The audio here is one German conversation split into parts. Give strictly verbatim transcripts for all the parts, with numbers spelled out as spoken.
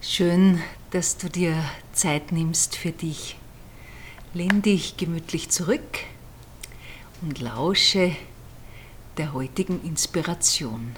Schön, dass du dir Zeit nimmst für dich. Lehn dich gemütlich zurück und lausche der heutigen Inspiration.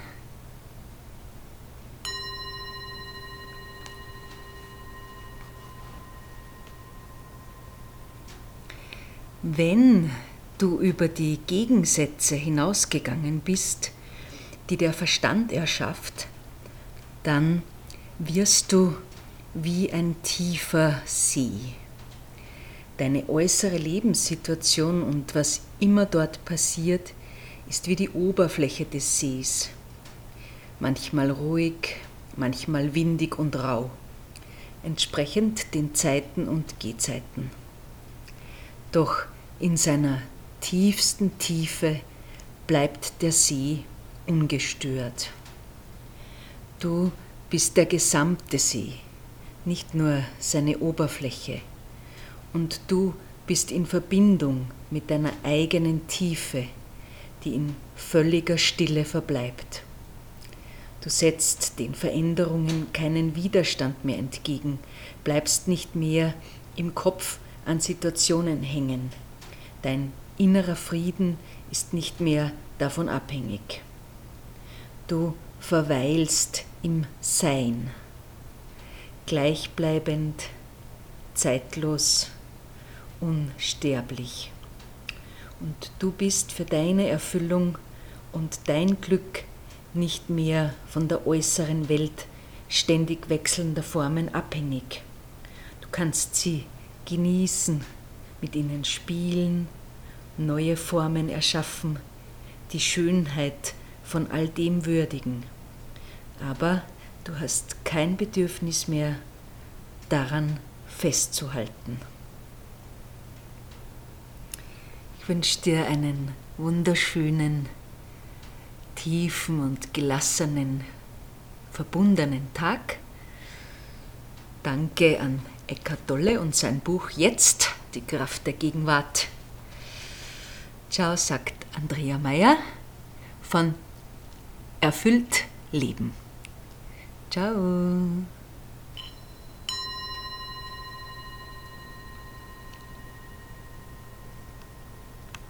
Wenn du über die Gegensätze hinausgegangen bist, die der Verstand erschafft, dann wirst du wie ein tiefer See. Deine äußere Lebenssituation und was immer dort passiert, ist wie die Oberfläche des Sees. Manchmal ruhig, manchmal windig und rau, entsprechend den Zeiten und Gehzeiten. Doch in seiner tiefsten Tiefe bleibt der See ungestört. Du bist der gesamte See, nicht nur seine Oberfläche. Und du bist in Verbindung mit deiner eigenen Tiefe, die in völliger Stille verbleibt. Du setzt den Veränderungen keinen Widerstand mehr entgegen, bleibst nicht mehr im Kopf an Situationen hängen. Dein innerer Frieden ist nicht mehr davon abhängig. Du verweilst im Sein, gleichbleibend, zeitlos, unsterblich. Und du bist für deine Erfüllung und dein Glück nicht mehr von der äußeren Welt ständig wechselnder Formen abhängig. Du kannst sie genießen, mit ihnen spielen, neue Formen erschaffen, die Schönheit von all dem würdigen. Aber du hast kein Bedürfnis mehr, daran festzuhalten. Ich wünsche dir einen wunderschönen, tiefen und gelassenen, verbundenen Tag. Danke an Eckhart Tolle und sein Buch Jetzt, die Kraft der Gegenwart. Ciao, sagt Andrea Meier von Erfüllt Leben. Ciao.